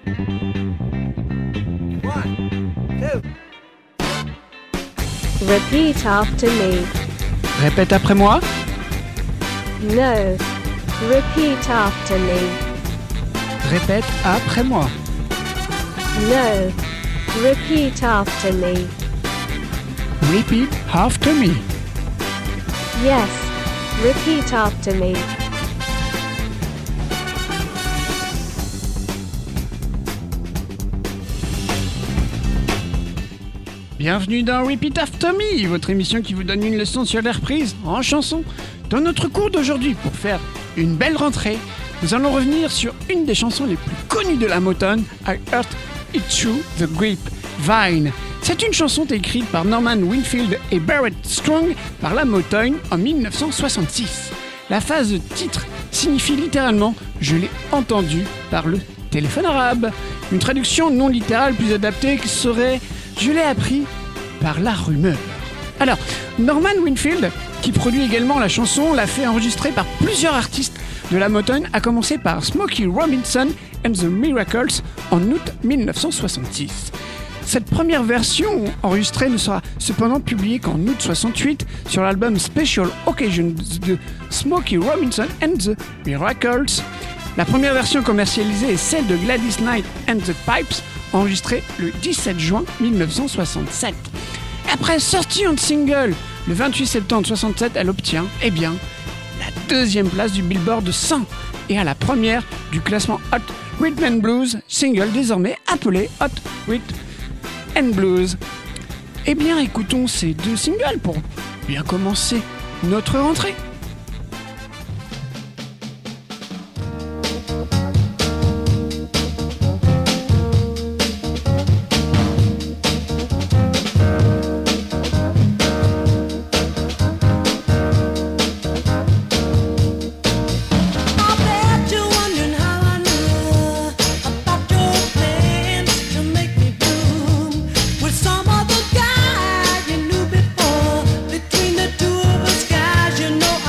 Repeat after me. Répète après moi. No. Repeat after me. Répète après moi. No. Repeat after me. Repeat after me. Yes. Repeat after me. Bienvenue dans Repeat After Me, votre émission qui vous donne une leçon sur les reprises en chanson. Dans notre cours d'aujourd'hui, pour faire une belle rentrée, nous allons revenir sur une des chansons les plus connues de la Motown, I Heard It Through the Grapevine. C'est une chanson écrite par Norman Winfield et Barrett Strong par la Motown en 1966. La phase titre signifie littéralement « Je l'ai entendu par le téléphone arabe ». Une traduction non littérale plus adaptée serait « Je l'ai appris par la rumeur ». Alors, Norman Winfield, qui produit également la chanson, l'a fait enregistrer par plusieurs artistes de la Motown, à commencer par Smokey Robinson and the Miracles en août 1966. Cette première version enregistrée ne sera cependant publiée qu'en août 68 sur l'album Special Occasions de Smokey Robinson and the Miracles. La première version commercialisée est celle de Gladys Knight and the Pipes, enregistrée le 17 juin 1967. Après sortie en single le 28 septembre 67, elle obtient, la deuxième place du Billboard 100 et à la première du classement Hot Rhythm and Blues, single désormais appelé Hot Rhythm and Blues. Écoutons ces deux singles pour bien commencer notre rentrée. Between the two of us, guys, you know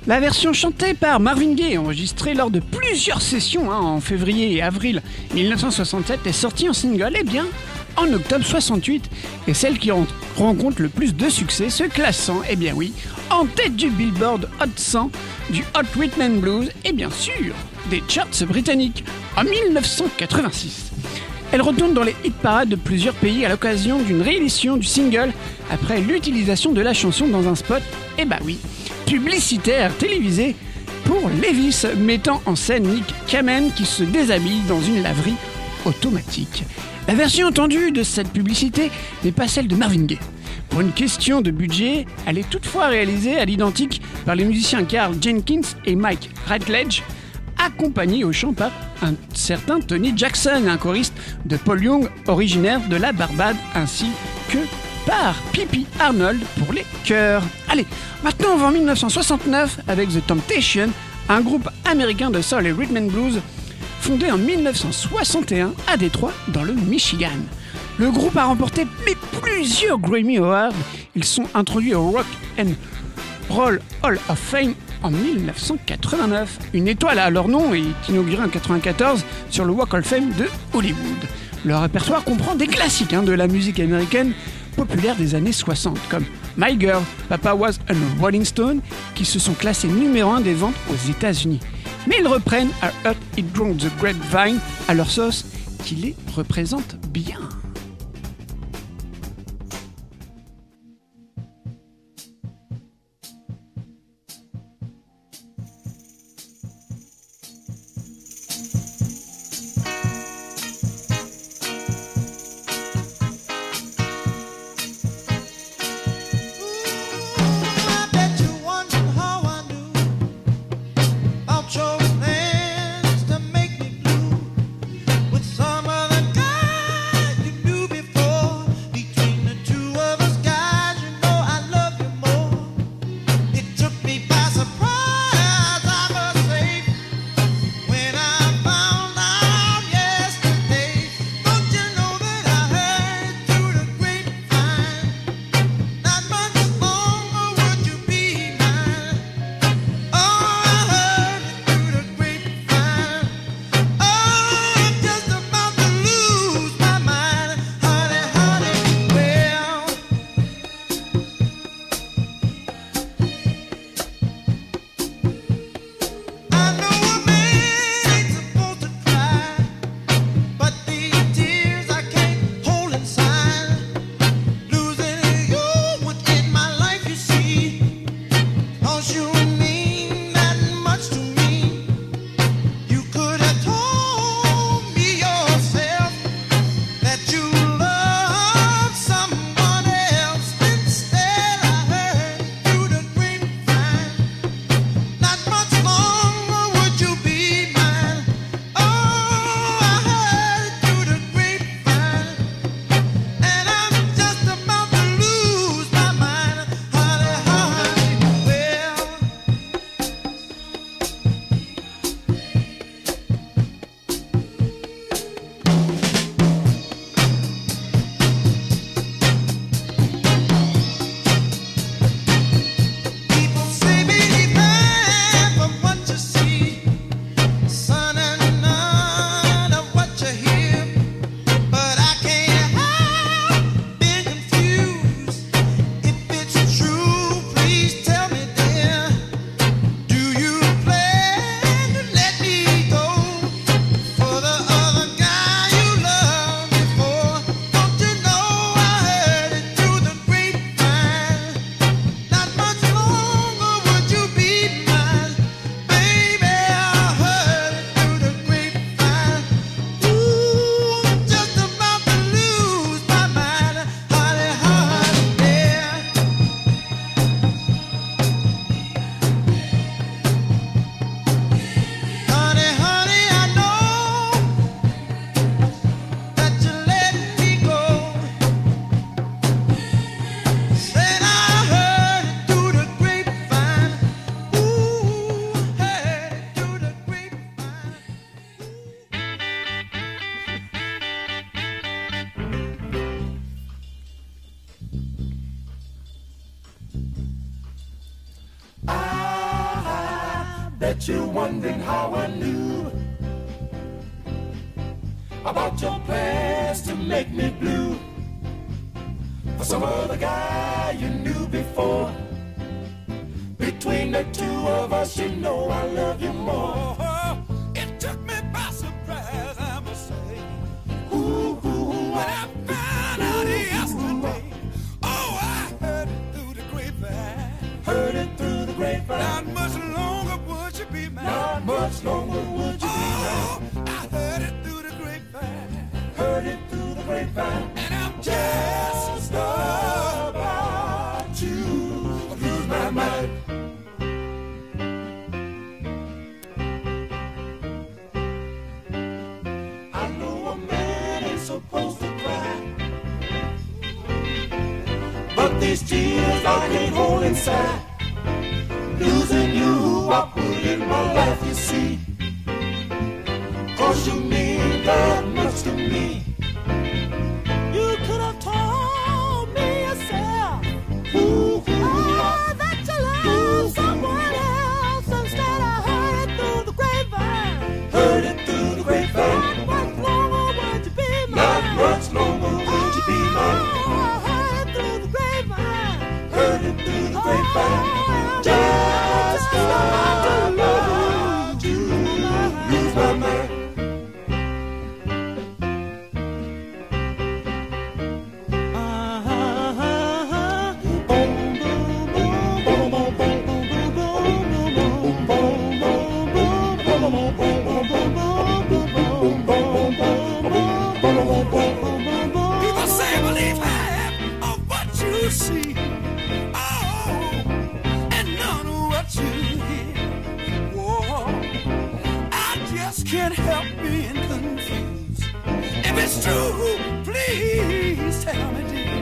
La version chantée par Marvin Gaye, enregistrée lors de plusieurs sessions en février et avril 1967, est sortie en single en octobre 68, et celle qui rencontre le plus de succès, se classant, en tête du Billboard Hot 100, du Hot Rhythm and Blues et bien sûr des charts britanniques en 1986. Elle retourne dans les hit parades de plusieurs pays à l'occasion d'une réédition du single après l'utilisation de la chanson dans un spot, publicitaire télévisé pour Levi's, mettant en scène Nick Kamen qui se déshabille dans une laverie automatique. La version entendue de cette publicité n'est pas celle de Marvin Gaye. Pour une question de budget, elle est toutefois réalisée à l'identique par les musiciens Carl Jenkins et Mike Rutledge, accompagnés au chant par un certain Tony Jackson, un choriste de Paul Young originaire de la Barbade, ainsi que par Pippi Arnold pour les chœurs. Allez, maintenant on va en 1969 avec The Temptations, un groupe américain de soul et rhythm and blues fondé en 1961 à Détroit dans le Michigan. Le groupe a remporté plusieurs Grammy Awards. Ils sont introduits au Rock and Roll Hall of Fame en 1989. Une étoile à leur nom est inaugurée en 1994 sur le Walk of Fame de Hollywood. Leur répertoire comprend des classiques de la musique américaine populaire des années 60, comme My Girl, Papa Was a Rolling Stone, qui se sont classés numéro 1 des ventes aux États-Unis. Mais ils reprennent I Heard It Drunk the Grapevine à leur sauce, qui les représente bien. Bet you're wondering how I knew about your plans to make me blue for some other guy you knew before. Between the two of us, you know I love you more. It took me by surprise, I must say. Ooh, ooh, when I found out yesterday. Oh, I heard it through the grapevine. Heard it through the grapevine. Not much longer would you be mine. Not much longer would you be mine. I heard it through the grapevine. Heard it through the grapevine. And I'm just about to lose my mind. Supposed to cry, but these tears I can't hold inside. Losing you, I put in my life, you see. 'Cause you mean that much to me. You could have told me yourself, ooh, that you love someone else. Instead I heard it through the grapevine. Heard it through the grapevine. Not much longer would you be mine. I heard it through the grapevine. Heard it through the grapevine. Just about to lose my mind. People say believe half of what you see, oh, and none of what you hear. Whoa, I just can't help being confused. If it's true, please tell me, dear.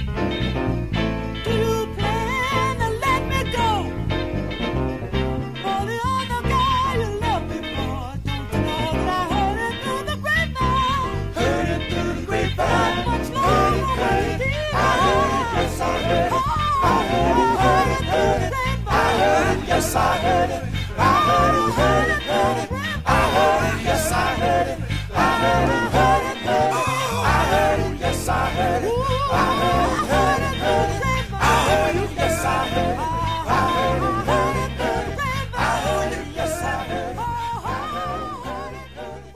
Do you plan to let me go for the other guy you love me for? Don't you know that I heard it through the grapevine? Heard it through the grapevine. Much longer would you be mine? I heard it, yes I heard it. I heard it, heard it. I heard it, yes I heard it. I heard it, heard it, heard it. I heard it, yes I heard it. I heard it, heard it, heard it. I heard it, yes I heard it. I heard it, heard it, heard it. I heard it, yes I heard it. I heard it, heard it, heard it. I heard it, yes I heard it. I heard it, heard it, heard it.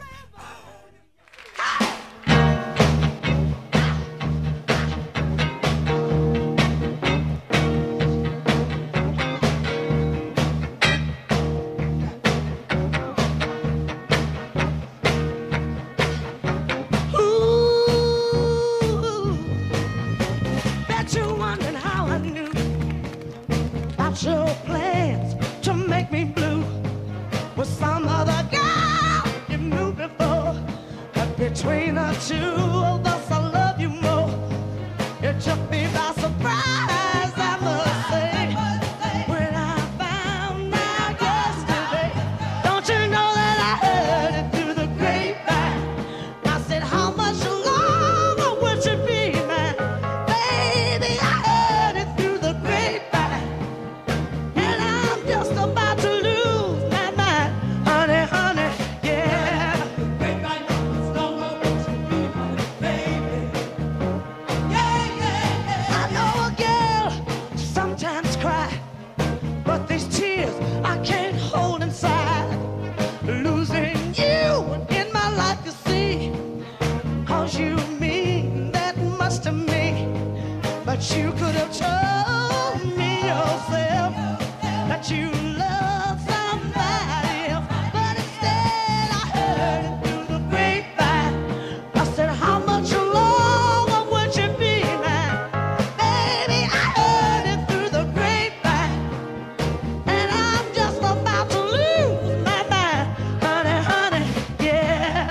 Bet you're wondering how I knew about your plans to make me blue with some other girl you knew before. But between the two of us, I love you more. It took me by surprise, I must say, when I found out yesterday. Don't you know that I heard it through the grapevine? I said, how much longer would you be mine? Baby, I heard it through the grapevine. And I'm just about to lose my mind. Honey, honey, yeah. Grapevine, it's longer would you be mine, baby. Yeah, yeah, yeah. I know a girl sometimes cry, but these tears I can't hold inside. Losing you in my life, you see. 'Cause you mean that much to me. But you could have told me yourself that you love somebody else. But instead I heard it through the grapevine. I said, how much longer would you be mine? Baby, I heard it through the grapevine. And I'm just about to lose my mind. Honey, honey, yeah.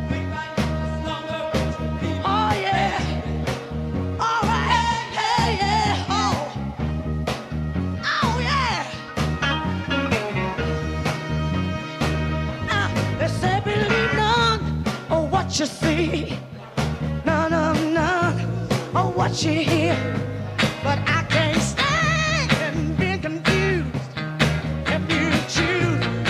Oh yeah. All right. Hey, yeah. Oh. Oh yeah. They say believe none of what you see, none of what you hear. But I can't stand being confused. If you choose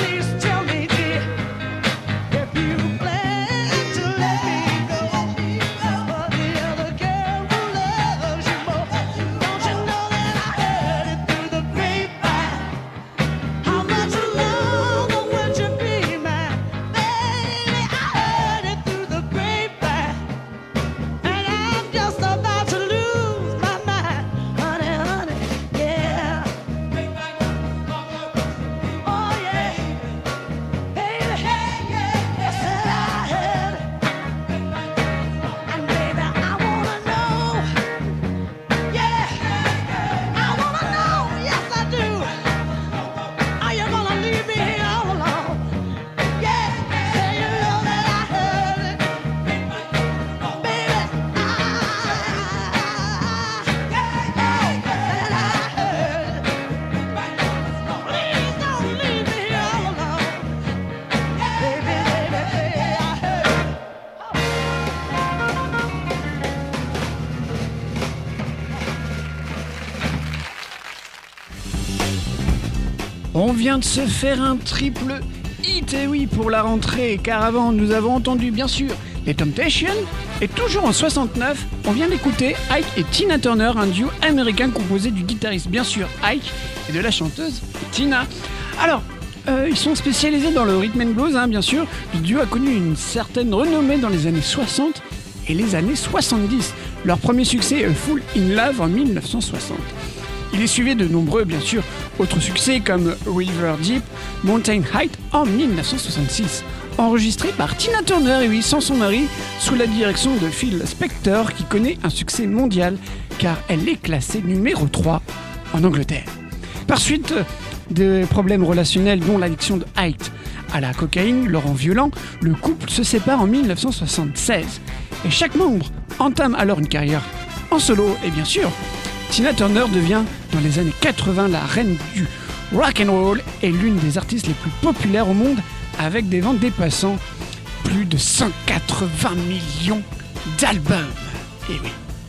On vient de se faire un triple hit, et oui, pour la rentrée, car avant, nous avons entendu, bien sûr, les Temptations, et toujours en 69, on vient d'écouter Ike et Tina Turner, un duo américain composé du guitariste, bien sûr, Ike, et de la chanteuse Tina. Alors, ils sont spécialisés dans le rhythm and blues, bien sûr. Le duo a connu une certaine renommée dans les années 60 et les années 70. Leur premier succès, Fall in Love, en 1960. Il est suivi de nombreux, bien sûr, autres succès comme River Deep, Mountain Height en 1966. Enregistré par Tina Turner, et oui, sans son mari, sous la direction de Phil Spector, qui connaît un succès mondial car elle est classée numéro 3 en Angleterre. Par suite des problèmes relationnels, dont l'addiction de Ike à la cocaïne le rend violent, le couple se sépare en 1976 et chaque membre entame alors une carrière en solo. Et bien sûr, Tina Turner devient dans les années 80 la reine du rock and roll et l'une des artistes les plus populaires au monde, avec des ventes dépassant plus de 180 millions d'albums. Et oui.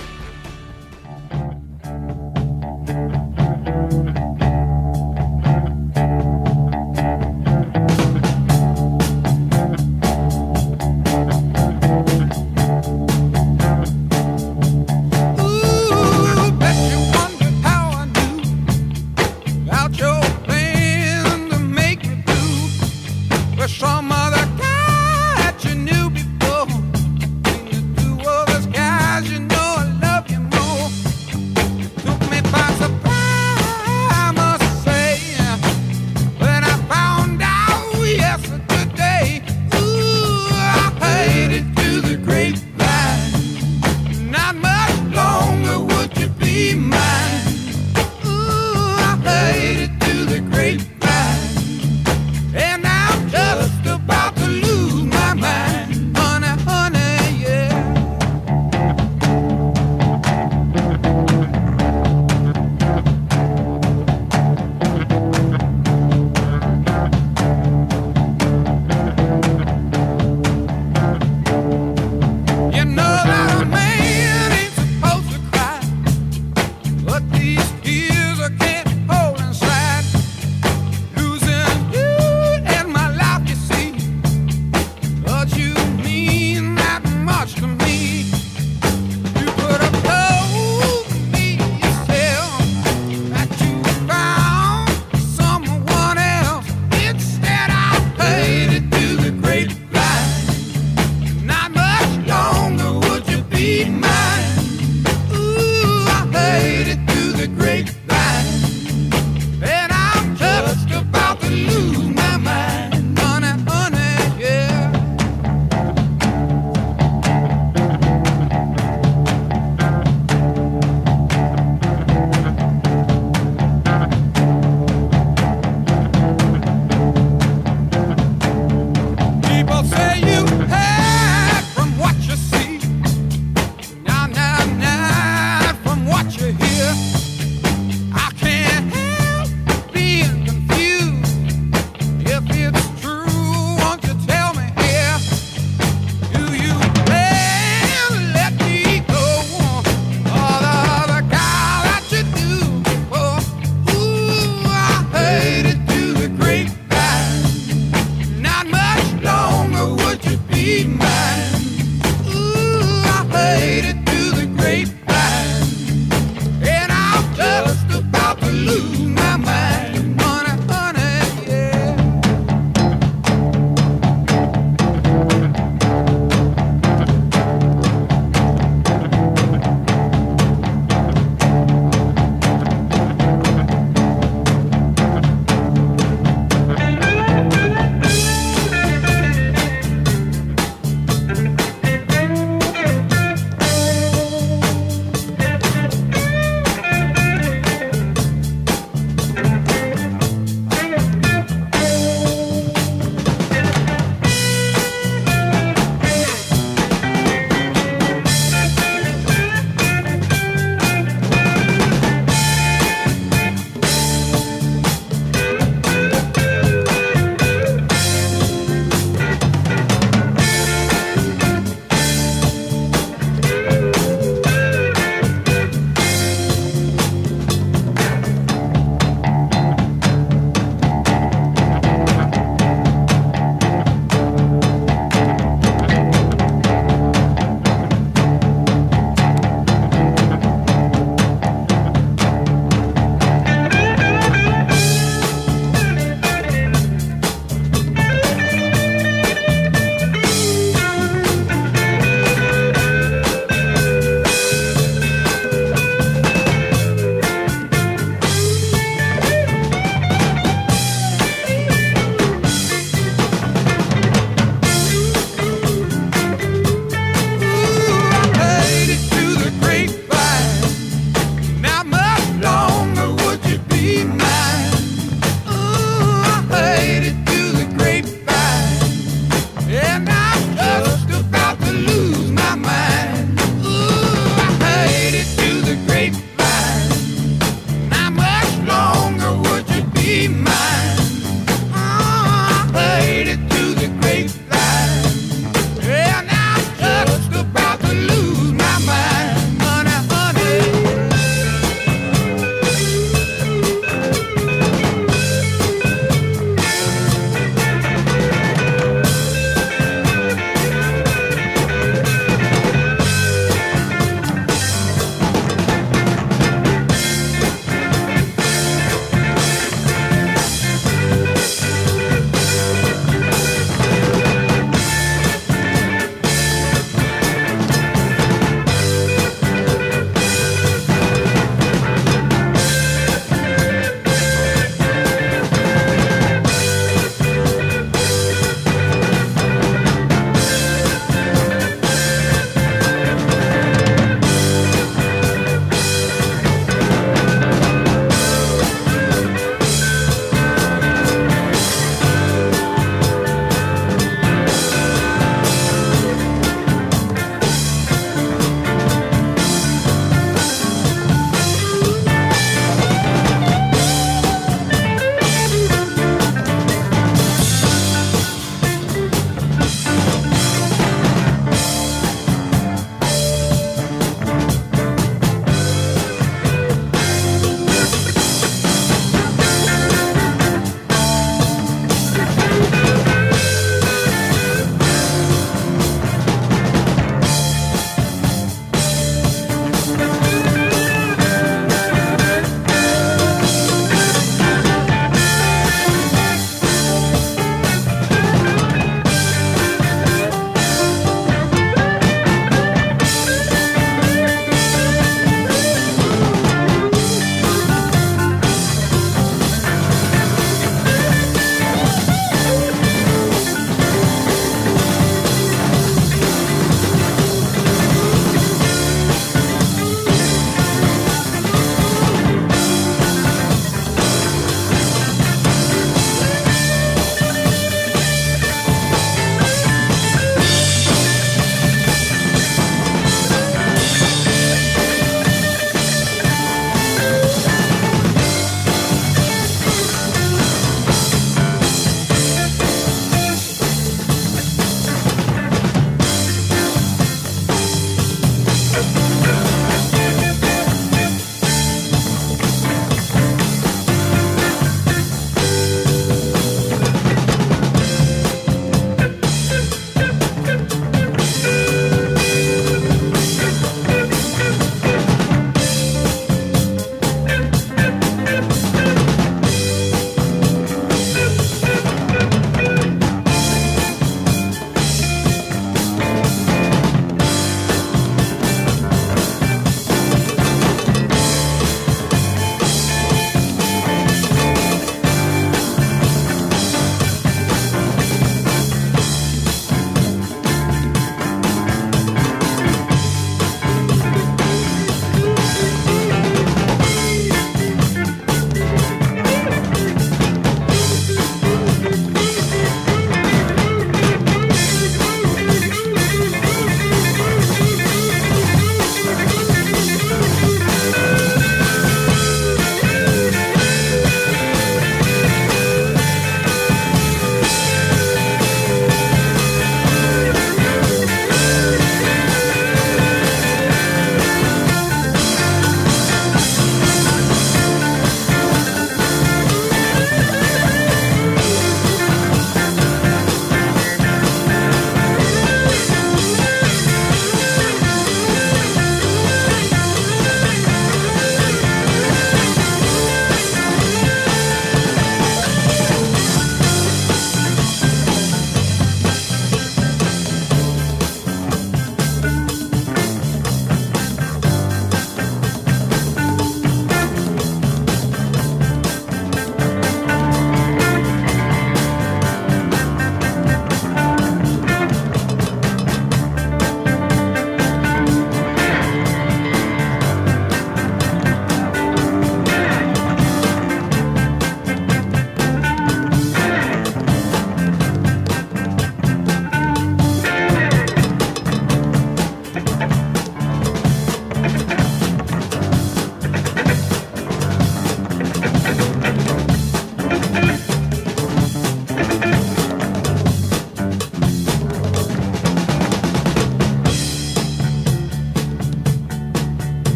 Some other guy that you knew before, between the two of us guys, you know. be mine. Heard it through the grapevine. Yeah, now I'm just about to lose my mind. Honey,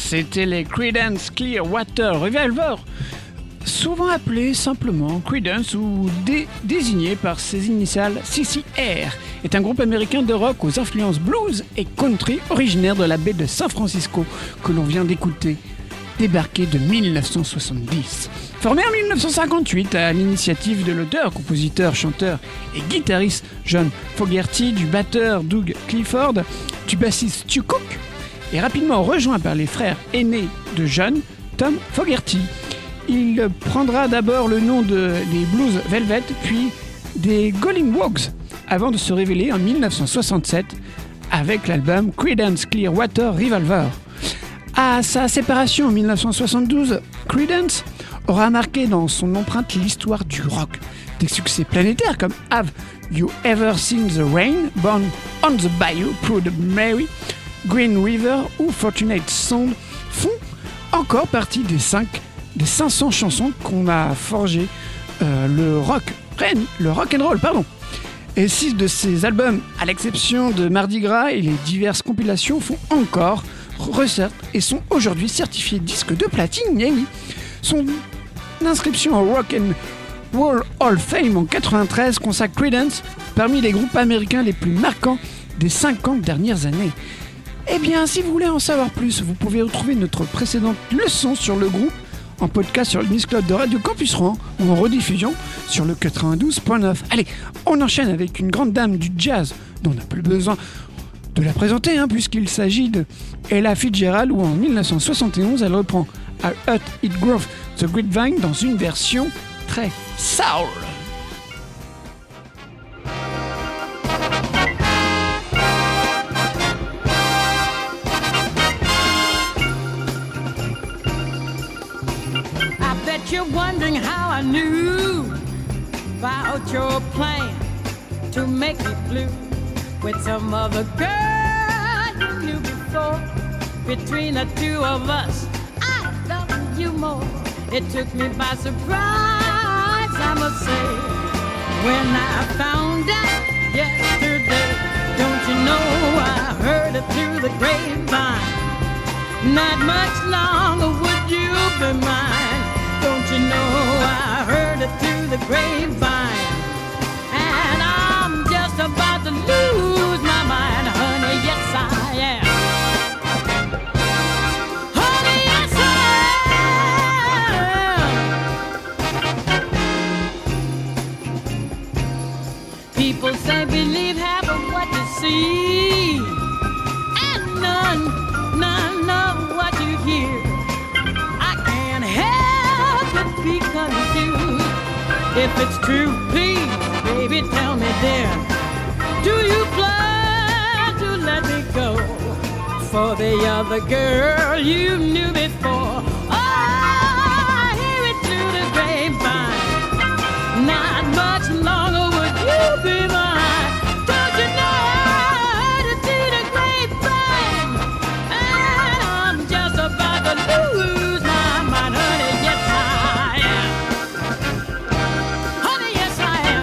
C'était les Creedence Clearwater Revival, souvent appelés simplement Creedence ou désignés par ses initiales CCR, est un groupe américain de rock aux influences blues et country originaire de la baie de San Francisco que l'on vient d'écouter, débarqué de 1970. Formé en 1958 à l'initiative de l'auteur, compositeur, chanteur et guitariste John Fogerty, du batteur Doug Clifford, du bassiste Stu Cook, et rapidement rejoint par les frères aînés de John, Tom Fogerty. Il prendra d'abord le nom des Blues Velvet, puis des Golliwogs, avant de se révéler en 1967 avec l'album Creedence Clearwater Revival. À sa séparation en 1972, Creedence aura marqué dans son empreinte l'histoire du rock. Des succès planétaires comme Have You Ever Seen the Rain, Born on the Bayou, Proud Mary, Green River ou Fortunate Son font encore partie des 500 chansons qu'on a forgé le rock and roll. Et 6 de ces albums, à l'exception de Mardi Gras et les diverses compilations, font encore recettes et sont aujourd'hui certifiés disques de platine. Et oui, son inscription au Rock and Roll Hall of Fame en 93 consacre Creedence parmi les groupes américains les plus marquants des 50 dernières années. Eh bien, si vous voulez en savoir plus, vous pouvez retrouver notre précédente leçon sur le groupe en podcast sur le Miss Club de Radio Campus Rouen ou en rediffusion sur le 92.9. Allez, on enchaîne avec une grande dame du jazz dont on n'a plus besoin de la présenter puisqu'il s'agit de Ella Fitzgerald, où en 1971 elle reprend A Hut It Grove The Grapevine dans une version très soul. You're wondering how I knew about your plan to make me blue with some other girl you knew before. Between the two of us, I love you more. It took me by surprise, I must say, when I found out yesterday. Don't you know I heard it through the grapevine? Not much longer would you be mine. Don't you know I heard it through the grapevine? And I'm just about to lose my mind, honey, yes I am. Honey, yes I am. People say believe half of what you see and none of what you hear. I can't help but be confused. If it's true, please, baby, tell me, dear, do you plan to let me go for the other girl you knew before? Oh, I hear it through the grapevine. Not much longer would you be mine. Don't you know I heard it through the grapevine? And I'm just about to lose my mind, honey, yes I am. Honey, yes I am.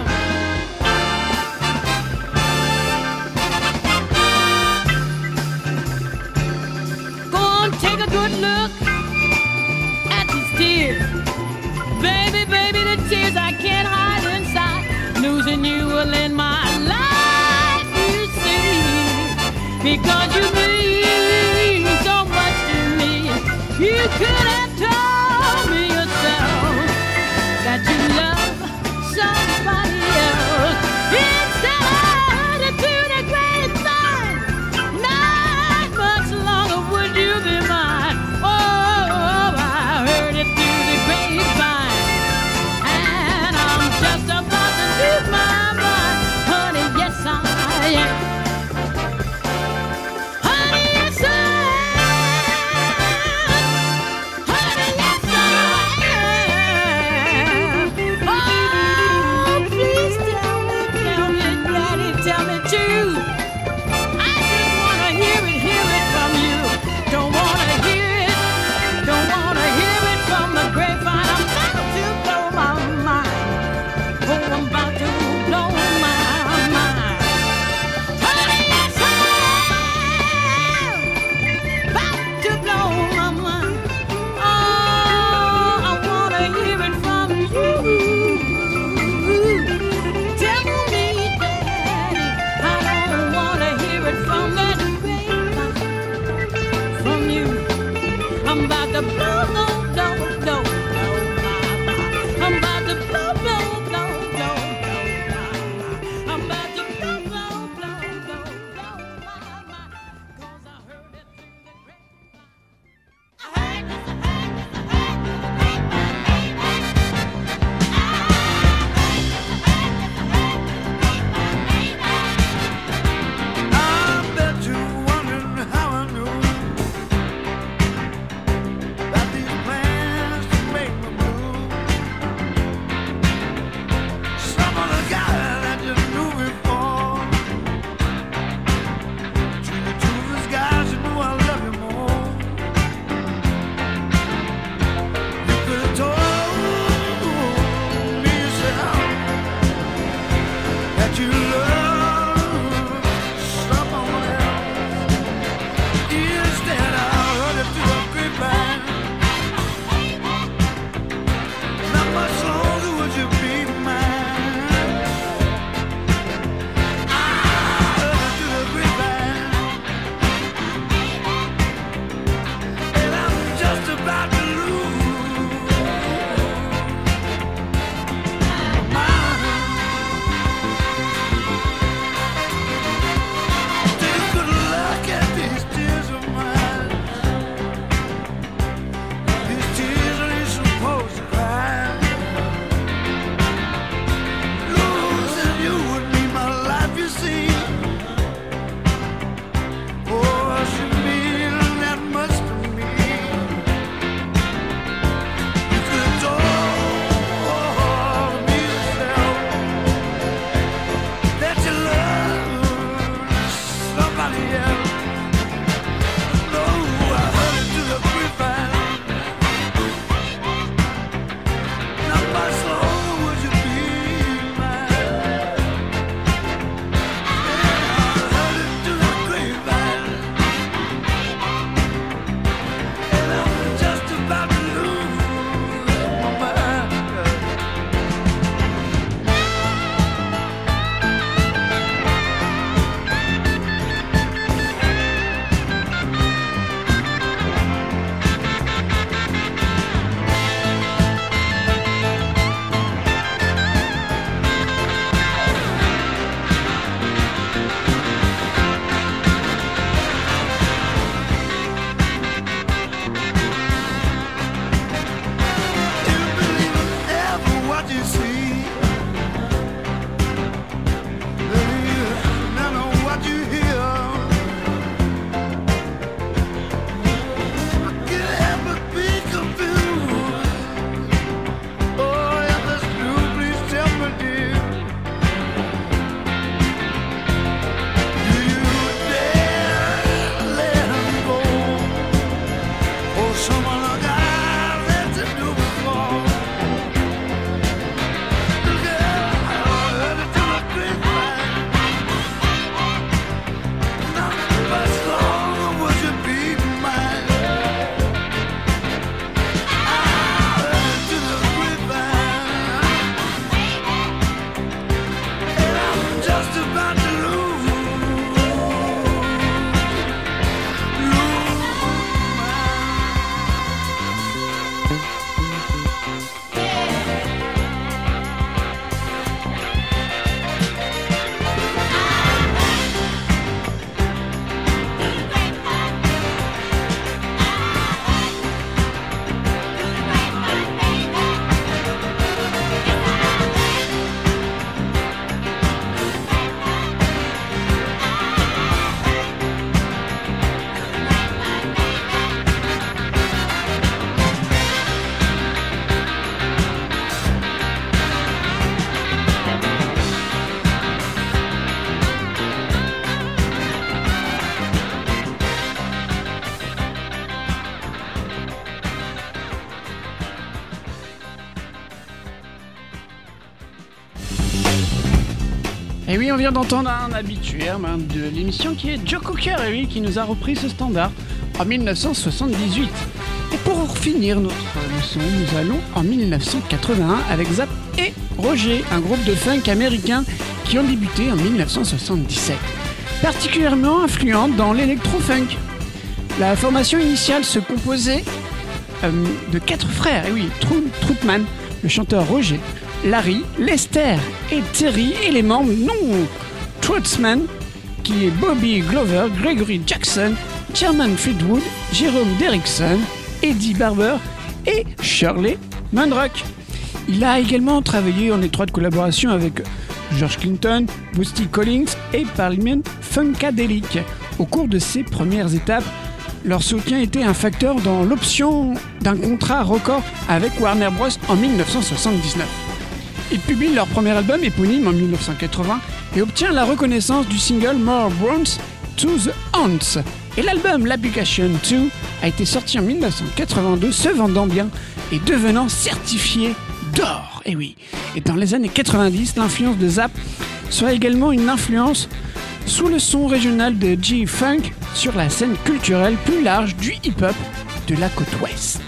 Go on, take a good look at these tears. Baby, baby, the tears I can't hide inside. Losing you will end my life, you see. Because you mean so much to me. You could have told me yourself that you love somebody else. Instead I heard it through the grapevine. Not much longer would you be mine. Oh, I heard it through the grapevine. And I'm just about to lose my mind. Honey, yes I am. Honey, Et oui, on vient d'entendre un habitué de l'émission qui est Joe Cocker, et oui, qui nous a repris ce standard en 1978. Et pour finir notre leçon, nous allons en 1981 avec Zapp et Roger, un groupe de funk américain qui ont débuté en 1977, particulièrement influent dans l'électro-funk. La formation initiale se composait de 4 frères, et oui, Troutman, le chanteur Roger, Larry, Lester et Terry, et les membres non Troutman, qui est Bobby Glover, Gregory Jackson, Sherman Fleetwood, Jerome Derrickson, Eddie Barber et Shirley Munrock. Il a également travaillé en étroite collaboration avec George Clinton, Bootsy Collins et Parliament Funkadelic. Au cours de ces premières étapes, leur soutien était un facteur dans l'option d'un contrat record avec Warner Bros. En 1979. Ils publient leur premier album éponyme en 1980 et obtiennent la reconnaissance du single More Bronze to the Ants. Et l'album L'Application 2 a été sorti en 1982, se vendant bien et devenant certifié d'or. Et oui. Et dans les années 90, l'influence de Zapp soit également une influence sous le son régional de G-Funk sur la scène culturelle plus large du hip-hop de la côte ouest.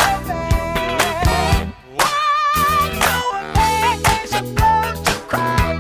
Cry.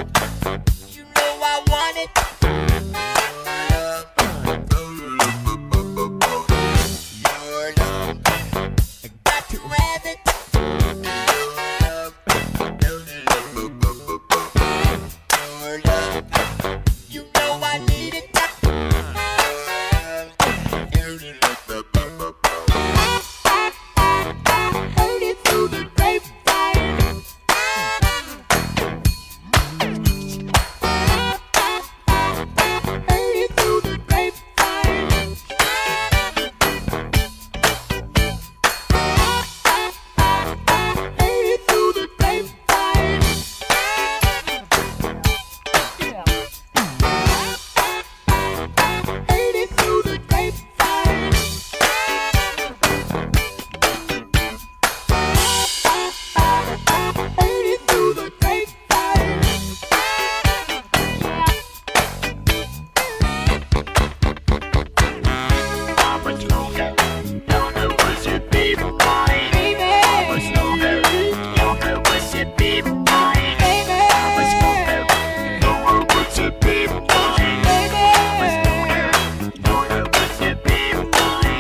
You know I want it. Your love, I got to have it. Your love, you know I need it. Heard it through the grapevine. Heard it through the grapevine. Heard it through the grapevine. Heard it through the grapevine. Heard it through the grapevine. I'm a smoker, don't know what's your baby boy. I'm a smoker, don't know what's your baby boy. I'm a smoker, don't know what's your baby boy. I'm a smoker, don't know what's your baby boy.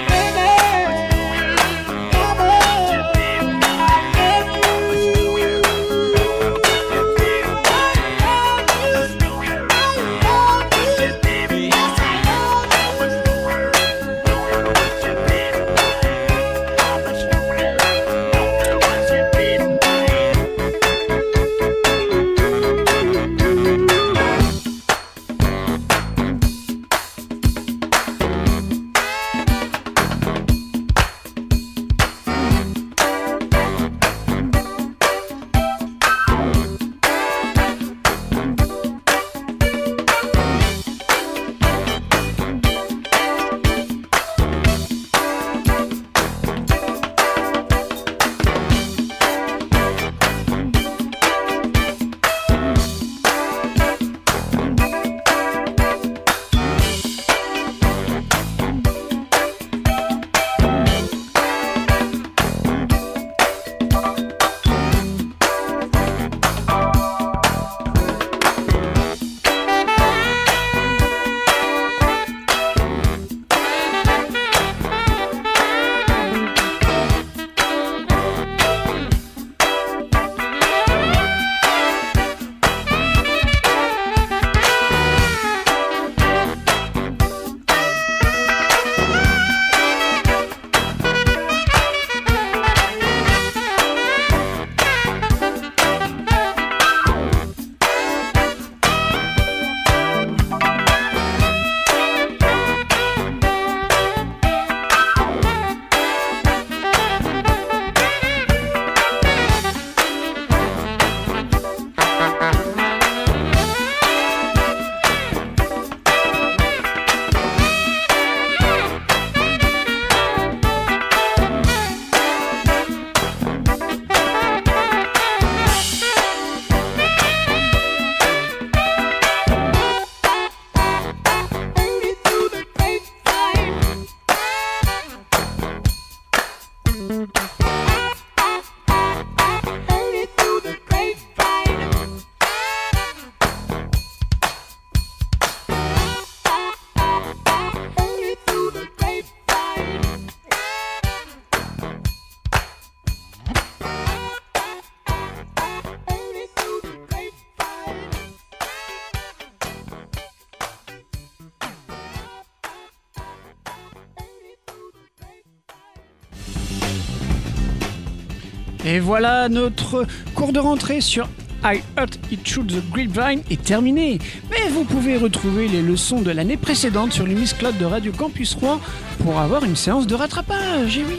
Et voilà, notre cours de rentrée sur I Heard It Through the Grapevine est terminé. Mais vous pouvez retrouver les leçons de l'année précédente sur le Miss Cloud de Radio Campus Rouen pour avoir une séance de rattrapage. Et oui.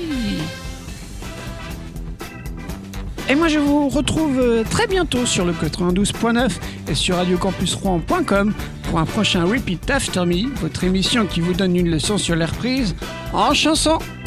Et moi je vous retrouve très bientôt sur le 92.9 et sur radiocampusrouen.com pour un prochain Repeat After Me, votre émission qui vous donne une leçon sur les reprises en chanson.